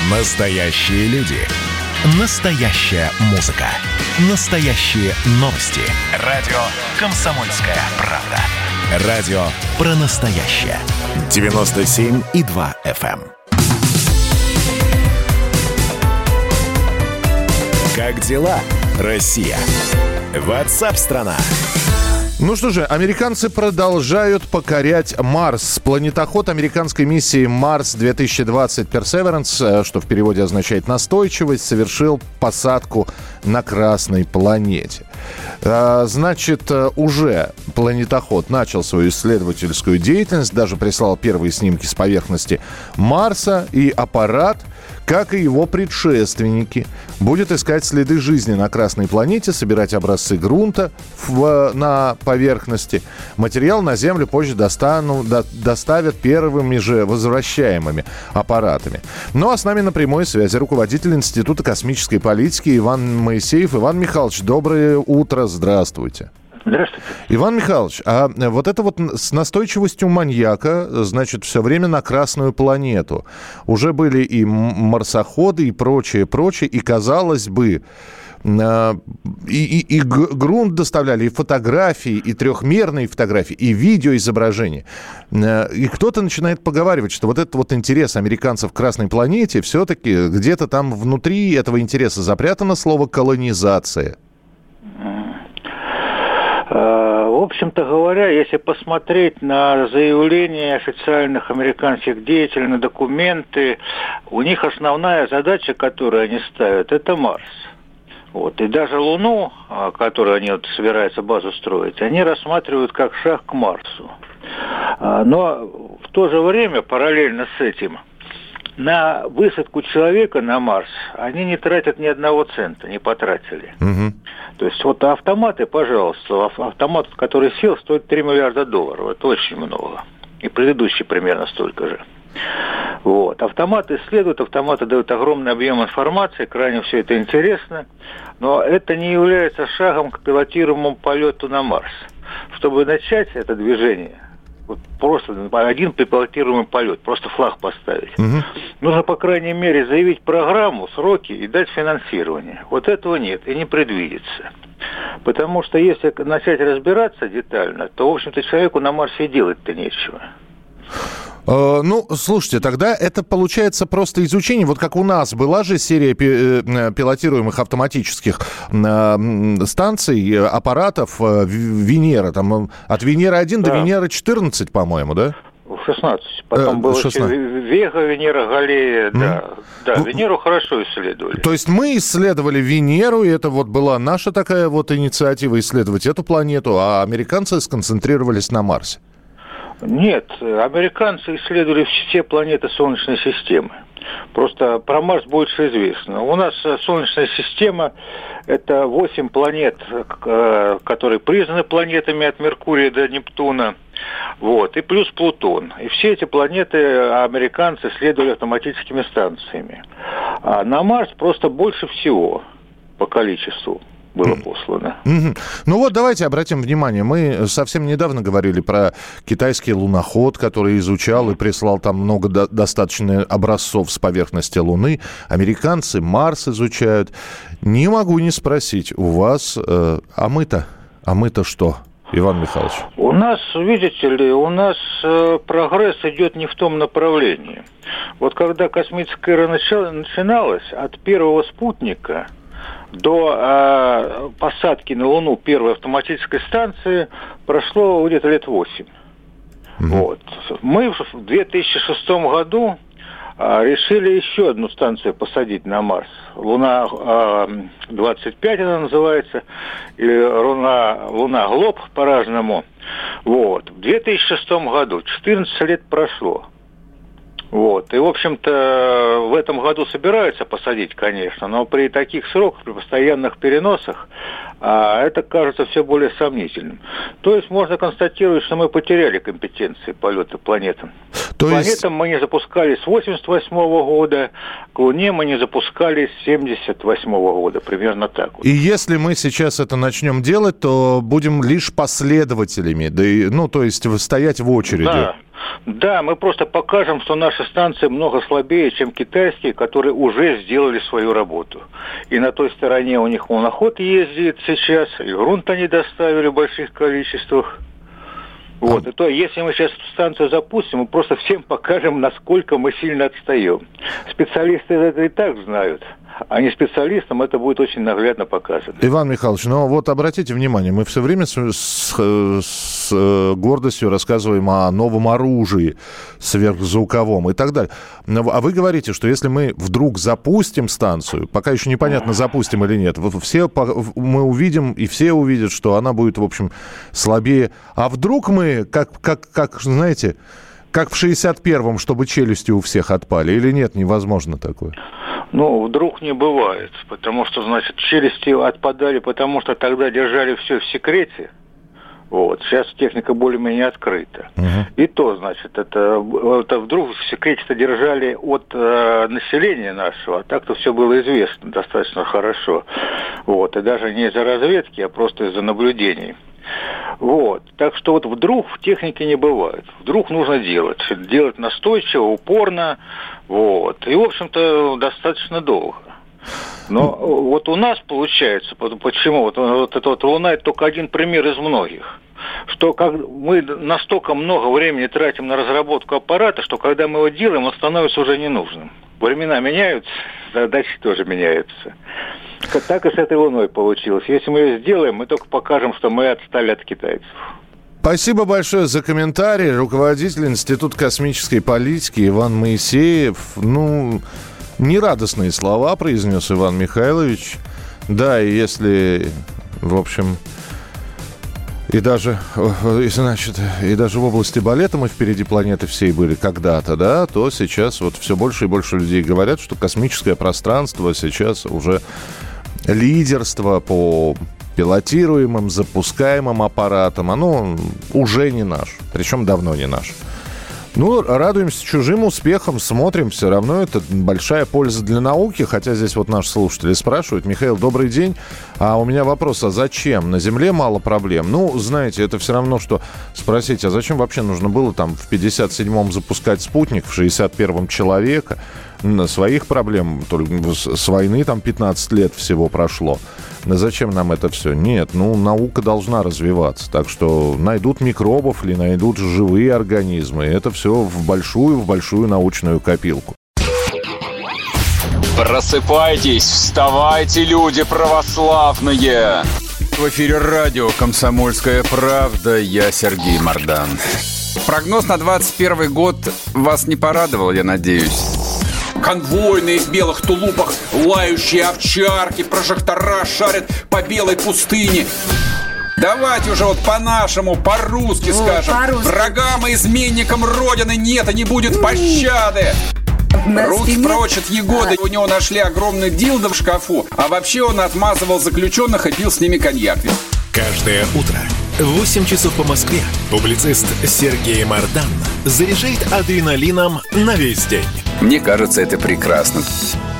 Настоящие люди. Настоящая музыка. Настоящие новости. Радио «Комсомольская правда». Радио про настоящее. 97,2 FM. Как дела, Россия? WhatsApp-страна. Ну что же, американцы продолжают покорять Марс. Планетоход американской миссии Марс-2020 Perseverance, что в переводе означает «настойчивость», совершил посадку на Красной планете. Значит, уже планетоход начал свою исследовательскую деятельность, даже прислал первые снимки с поверхности Марса, и аппарат, как и его предшественники, будет искать следы жизни на Красной планете, собирать образцы грунта на поверхности. Материал на Землю позже доставят первыми же возвращаемыми аппаратами. Ну а с нами на прямой связи руководитель Института космической политики Иван Моисеев. Иван Михайлович, доброе утро, здравствуйте. Здравствуйте. Иван Михайлович, а вот это вот с настойчивостью маньяка, значит, все время на Красную планету. Уже были и марсоходы, и прочее, и, казалось бы, и грунт доставляли, и фотографии, и трехмерные фотографии, и видеоизображения. И кто-то начинает поговаривать, что вот этот вот интерес американцев к Красной планете, все-таки где-то там внутри этого интереса запрятано слово «колонизация». В общем-то говоря, если посмотреть на заявления официальных американских деятелей, на документы, у них основная задача, которую они ставят, это Марс. Вот. И даже Луну, которую они собираются базу строить, они рассматривают как шаг к Марсу. Но в то же время, параллельно с этим, на высадку человека на Марс они не тратят ни одного цента, не потратили. Угу. То есть вот автоматы, пожалуйста, автомат, который сел, стоит $3 миллиарда. Это очень много. И предыдущий примерно столько же. Вот. Автоматы исследуют, автоматы дают огромный объем информации, крайне все это интересно, но это не является шагом к пилотируемому полету на Марс. Чтобы начать это движение, вот просто один пилотируемый полет, просто флаг поставить. Угу. Нужно, по крайней мере, заявить программу, сроки и дать финансирование. Вот этого нет и не предвидится. Потому что если начать разбираться детально, то, в общем-то, человеку на Марсе и делать-то нечего. Ну, слушайте, тогда это получается просто изучение. Вот как у нас была же серия пилотируемых автоматических станций, аппаратов Венера. Там от Венеры-1 до Венеры-14, по-моему, да? 16. Потом было Вега, Венера, Галлея. Да, Венеру хорошо исследовали. То есть мы исследовали Венеру, и это вот была наша такая вот инициатива исследовать эту планету, а американцы сконцентрировались на Марсе. Нет, американцы исследовали все планеты Солнечной системы. Просто про Марс больше известно. У нас Солнечная система – это 8 планет, которые признаны планетами от Меркурия до Нептуна. Вот, и плюс Плутон. И все эти планеты американцы исследовали автоматическими станциями. А на Марс просто больше всего по количеству было послано. Ну вот давайте обратим внимание. Мы совсем недавно говорили про китайский луноход, который изучал и прислал там много достаточно образцов с поверхности Луны. Американцы Марс изучают. Не могу не спросить у вас, а мы-то что, Иван Михайлович? У нас, видите ли, прогресс идет не в том направлении. Вот когда космическая эра начиналась, от первого спутника до посадки на Луну первой автоматической станции прошло где-то лет 8. Вот. Мы в 2006 году решили еще одну станцию посадить на Марс. Луна-25 она называется, или Луна Глоб по-разному. Вот. В 2006 году 14 лет прошло. Вот. И, в общем-то, в этом году собираются посадить, конечно, но при таких сроках, при постоянных переносах, это кажется все более сомнительным. То есть можно констатировать, что мы потеряли компетенции полета планетам. К планетам мы не запускались с 1988 года, к Луне мы не запускались с 1978 года, примерно так. И если мы сейчас это начнем делать, то будем лишь последователями, то есть стоять в очереди. Да, мы просто покажем, что наши станции много слабее, чем китайские, которые уже сделали свою работу. И на той стороне у них луноход ездит сейчас, и грунт они доставили в больших количествах. И то, если мы сейчас станцию запустим, мы просто всем покажем, насколько мы сильно отстаем. Специалисты это и так знают. А не специалистам это будет очень наглядно показано. Иван Михайлович, обратите внимание, мы все время с гордостью рассказываем о новом оружии сверхзвуковом и так далее. А вы говорите, что если мы вдруг запустим станцию, пока еще непонятно, запустим или нет, мы увидим, и все увидят, что она будет, в общем, слабее. А вдруг мы, как знаете, как в 61-м, чтобы челюсти у всех отпали, или нет, невозможно такое? Вдруг не бывает, потому что, челюсти отпадали, потому что тогда держали все в секрете. Сейчас техника более-менее открыта. И то, это вдруг в секрете-то держали от населения нашего, а так-то все было известно достаточно хорошо. И даже не из-за разведки, а просто из-за наблюдений. Так что вдруг в технике не бывает. Вдруг нужно делать. Делать настойчиво, упорно. И, в общем-то, достаточно долго. Но у нас получается, почему? Эта Луна – это только один пример из многих. Что мы настолько много времени тратим на разработку аппарата, что когда мы его делаем, он становится уже ненужным. Времена меняются, задачи тоже меняются. Так и с этой Луной получилось. Если мы ее сделаем, мы только покажем, что мы отстали от китайцев. Спасибо большое за комментарий. Руководитель Института космической политики Иван Моисеев. Нерадостные слова произнес Иван Михайлович. Да, и если, в общем... И даже в области балета мы впереди планеты всей были когда-то, да, то сейчас все больше и больше людей говорят, что космическое пространство сейчас уже лидерство по пилотируемым, запускаемым аппаратам, оно уже не наш, причем давно не наш. Радуемся чужим успехам, смотрим, все равно это большая польза для науки, хотя здесь наши слушатели спрашивают. Михаил, добрый день, а у меня вопрос, а зачем? На Земле мало проблем. знаете, это все равно, что спросить, а зачем вообще нужно было в 57-м запускать спутник, в 61-м человека? Своих проблем, с войны 15 лет всего прошло. Зачем нам это все? Нет, наука должна развиваться. Так что найдут микробов или найдут живые организмы. Это все в большую научную копилку. Просыпайтесь, вставайте, люди православные! В эфире радио «Комсомольская правда». Я Сергей Мордан. Прогноз на 21 год вас не порадовал, я надеюсь. Конвойные в белых тулупах, лающие овчарки, прожектора шарят по белой пустыне. Давайте уже по-нашему, по-русски скажем. По-русски. Врагам и изменникам Родины нет и не будет пощады. Руки прочь от Егоды. У него нашли огромный дилдо в шкафу. А вообще он отмазывал заключенных и пил с ними коньяк. Каждое утро в 8 часов по Москве публицист Сергей Мордан заряжает адреналином на весь день. Мне кажется, это прекрасно.